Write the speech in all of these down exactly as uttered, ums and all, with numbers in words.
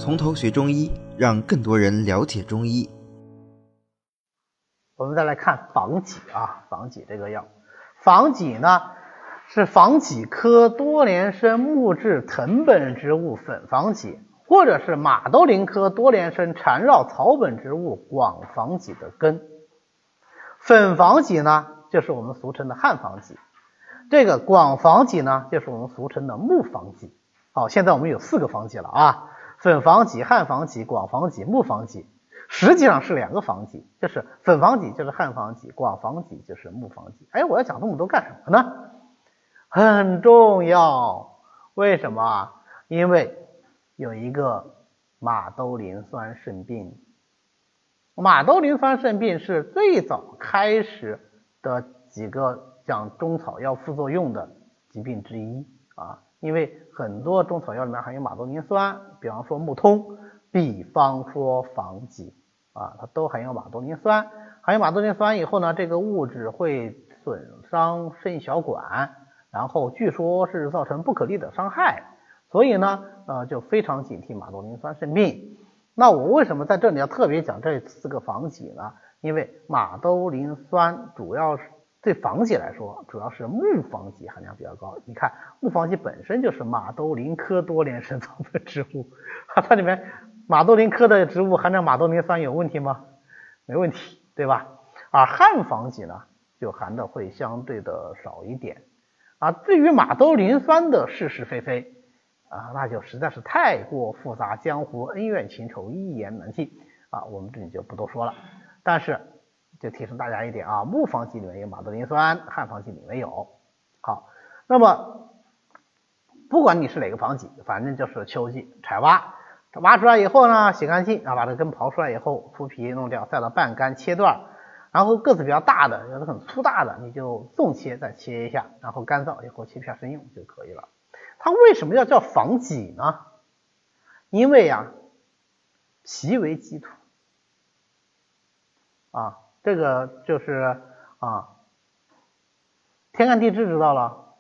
从头学中医，让更多人了解中医。 我们再来看防己啊，防己这个药，防己呢是防己科多年生木质藤本植物粉防己，或者是马兜铃科多年生缠绕草本植物广防己的根。粉防己呢就是我们俗称的汉防己，这个广防己呢就是我们俗称的木防己。好，现在我们有四个防己了啊，粉防己、汉防己、广防己、木防己，实际上是两个防己，就是粉防己就是汉防己，广防己就是木防己。哎，我要讲这么多干什么呢？很重要，为什么？因为有一个马兜铃酸肾病。马兜铃酸肾病是最早开始的几个讲中草药副作用的疾病之一啊，因为很多中草药里面含有马兜铃酸，比方说木通，比方说防己啊，它都含有马兜铃酸。含有马兜铃酸以后呢，这个物质会损伤肾小管，然后据说是造成不可逆的伤害，所以呢，呃，就非常警惕马兜铃酸肾病。那我为什么在这里要特别讲这四个防己呢？因为马兜铃酸主要是对防己来说，主要是木防己含量比较高。你看木防己本身就是马兜铃科多年生草本植物，它里面马兜铃科的植物含量马兜铃酸有问题吗？没问题，对吧？而汉防己呢，就含的会相对的少一点啊。至于马兜铃酸的是是非非啊，那就实在是太过复杂，江湖恩怨情仇一言难尽啊，我们这里就不多说了。但是就提醒大家一点啊，木防己里面有马兜铃酸，汉防己里面有。好，那么不管你是哪个防己，反正就是秋季采挖，挖出来以后呢，洗干净啊，把这根刨出来以后，粗皮弄掉，再到半干切段，然后个子比较大的，有的很粗大的，你就纵切再切一下，然后干燥以后切片生用就可以了。它为什么要叫防己呢？因为呀、啊，脾为基土啊，这个就是啊，天干地支知道了，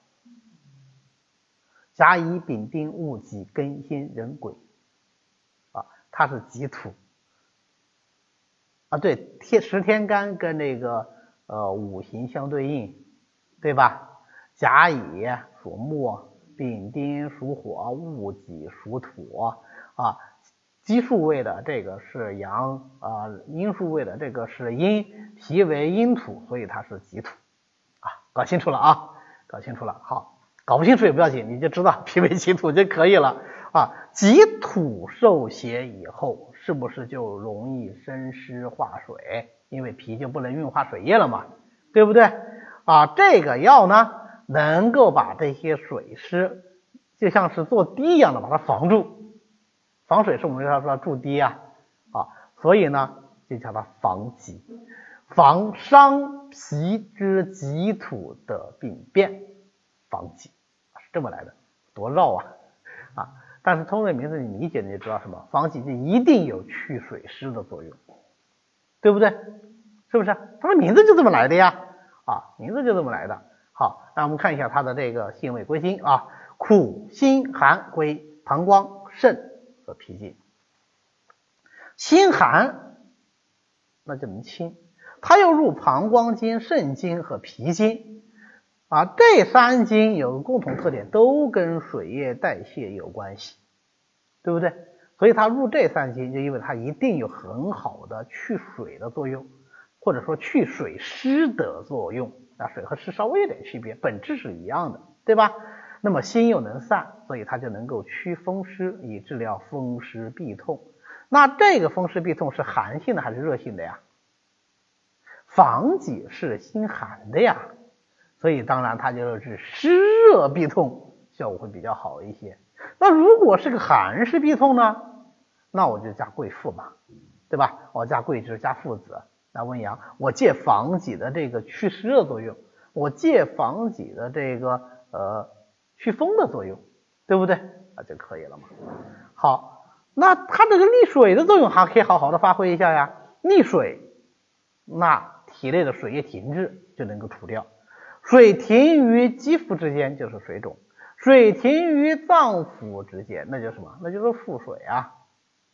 甲乙丙丁戊己庚辛壬癸啊，它是己土啊，对，天十天干跟那个呃五行相对应，对吧？甲乙属木，丙丁属火，戊己属土啊，奇数位的这个是阳啊，阴数位的这个是阴，脾为阴土，所以它是己土啊，搞清楚了啊，搞清楚了。好，搞不清楚也不要紧，你就知道脾为己土就可以了啊。己土受邪以后，是不是就容易生湿化水？因为脾就不能运化水液了嘛，对不对啊？这个药呢，能够把这些水湿就像是做堤一样的把它防住，防水是我们要说筑堤啊，啊，所以呢就叫它防己，防伤脾之己土的病变，防己是这么来的，多绕啊啊！但是通过名字你理解你就知道什么，防己就一定有去水湿的作用，对不对？是不是？它的名字就这么来的呀，啊，名字就这么来的。好，那我们看一下它的这个性味归经啊，苦辛寒归膀胱、肾和脾经。辛寒那就能清，它又入膀胱经、肾经和脾经啊，这三经有个共同特点，都跟水液代谢有关系，对不对？所以它入这三经，就因为它一定有很好的去水的作用，或者说去水湿的作用啊，水和湿稍微有点区别，本质是一样的，对吧？那么辛又能散，所以它就能够祛风湿，以治疗风湿痹痛。那这个风湿痹痛是寒性的还是热性的呀？防己是辛寒的呀，所以当然它就是湿热痹痛效果会比较好一些。那如果是个寒湿痹痛呢，那我就加桂附嘛，对吧？我加桂枝加附子，那温阳，我借防己的这个祛湿热作用，我借防己的这个呃祛风的作用，对不对？那就可以了嘛。好，那它这个利水的作用还可以好好的发挥一下呀。利水，那体内的水液停滞就能够除掉，水停于肌肤之间就是水肿，水停于脏腑之间那就是什么？那就是腹水啊，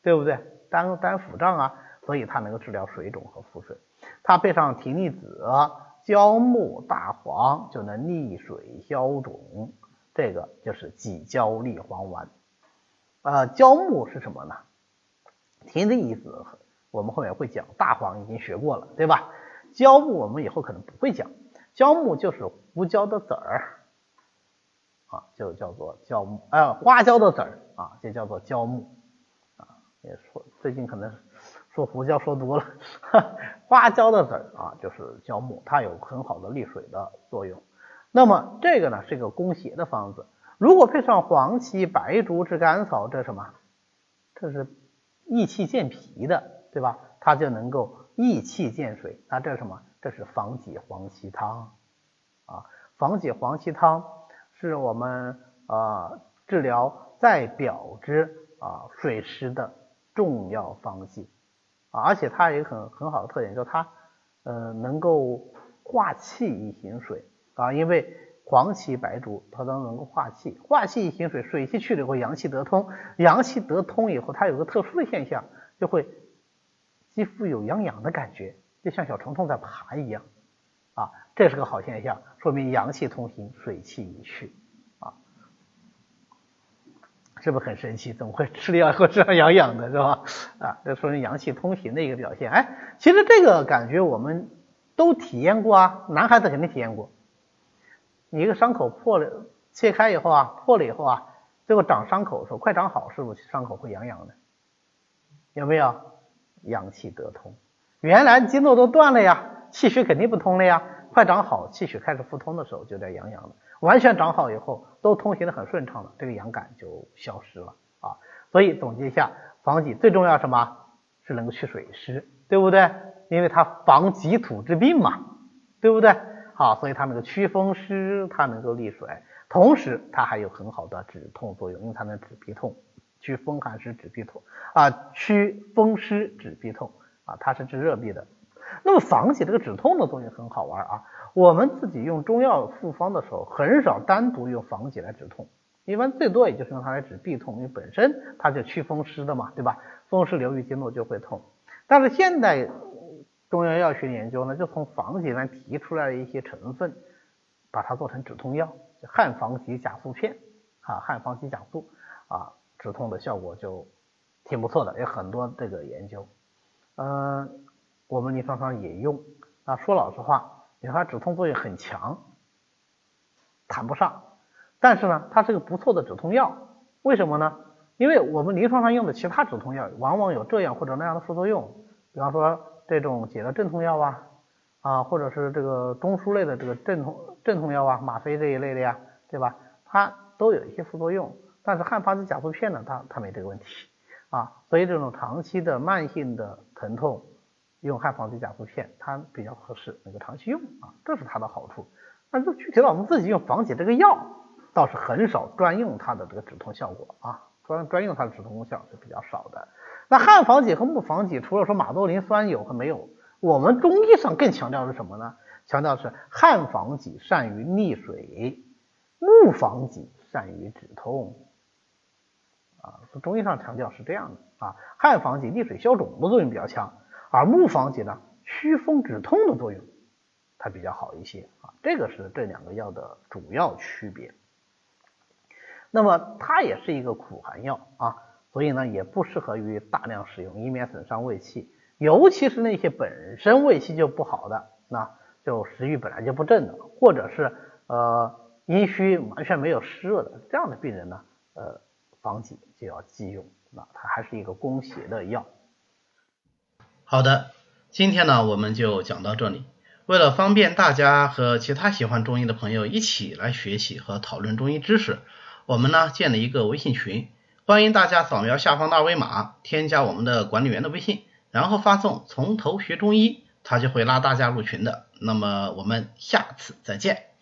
对不对？单单腹胀啊，所以它能够治疗水肿和腹水。它配上葶苈子、焦木、大黄，就能利水消肿，这个就是己焦利黄丸。呃，焦木是什么呢？葶苈子我们后面会讲，大黄已经学过了，对吧？焦木我们以后可能不会讲，焦木就是胡椒的籽儿啊，就叫做焦木，呃，花椒的籽儿啊，就叫做焦木啊。也说最近可能说胡椒说多了，花椒的籽儿啊就是焦木，它有很好的利水的作用。那么这个呢是一个攻邪的方子，如果配上黄芪、白术、炙甘草，这是什么？这是益气健脾的，对吧？它就能够益气健水。那这是什么？这是防己黄芪汤啊。防己黄芪汤是我们呃治疗在表之啊水湿的重要方剂啊，而且它有一个很很好的特点，就是它呃能够化气以行水啊，因为黄芪、白术它都能够化气，化气以行水，水气去了以后，阳气得通，阳气得通以后，它有个特殊的现象，就会肌肤有痒痒的感觉，就像小虫虫在爬一样啊，这是个好现象，说明阳气通行，水气已去啊，是不是很神奇？怎么会吃了药以后这样痒痒的，是吧？啊，这说明阳气通行的一个表现。哎，其实这个感觉我们都体验过啊，男孩子肯定体验过。你一个伤口破了，切开以后啊，破了以后啊，最后长伤口的时候，快长好，是不是伤口会痒痒的？有没有？阳气得通，原来经络都断了呀，气血肯定不通了呀，快长好，气血开始复通的时候就在痒痒的，完全长好以后都通行的很顺畅了，这个痒感就消失了啊。所以总结一下，防己最重要什么？是能够去水湿，对不对？因为它防己土之病嘛，对不对？好，所以它能够祛风湿，它能够利水，同时它还有很好的止痛作用，因为它能止鼻痛，祛风寒湿止鼻痛啊，祛风湿止鼻痛啊，它是治热痹的。那么防己这个止痛的作用很好玩啊，我们自己用中药复方的时候，很少单独用防己来止痛，一般最多也就是用它来止痹痛，因为本身它就祛风湿的嘛，对吧？风湿流于经络就会痛。但是现代中药药学研究呢，就从防己来提出来的一些成分，把它做成止痛药，汉防己甲素片啊，汉防己甲素啊，止痛的效果就挺不错的，有很多这个研究。嗯、呃，我们临床上也用啊。说老实话，你看它止痛作用很强，谈不上，但是呢，它是个不错的止痛药。为什么呢？因为我们临床上用的其他止痛药，往往有这样或者那样的副作用，比方说这种解热镇痛药啊，啊，或者是这个中枢类的这个镇痛镇痛药啊，吗啡这一类的呀，对吧？它都有一些副作用，但是汉方子甲素片呢，它它没这个问题啊，所以这种长期的慢性的疼痛，用汉方子甲素片它比较合适，能够长期用啊，这是它的好处。但是具体到我们自己用防己这个药，倒是很少专用它的这个止痛效果啊，专专用它的止痛功效是比较少的。那汉防己和木防己，除了说马兜铃酸有和没有，我们中医上更强调是什么呢？强调是汉防己善于利水，木防己善于止痛啊，中医上强调是这样的啊，汉防己利水消肿的作用比较强，而木防己呢祛风止痛的作用它比较好一些啊，这个是这两个药的主要区别。那么它也是一个苦寒药啊，所以呢也不适合于大量使用，以免损伤胃气，尤其是那些本身胃气就不好的，那就食欲本来就不振的，或者是呃阴虚完全没有湿热的这样的病人呢，呃防己就要忌用，那它还是一个攻邪的药。 好的，今天呢我们就讲到这里。为了方便大家和其他喜欢中医的朋友一起来学习和讨论中医知识，我们呢建了一个微信群，欢迎大家扫描下方的二维码，添加我们的管理员的微信，然后发送从头学中医，他就会拉大家入群的。那么我们下次再见。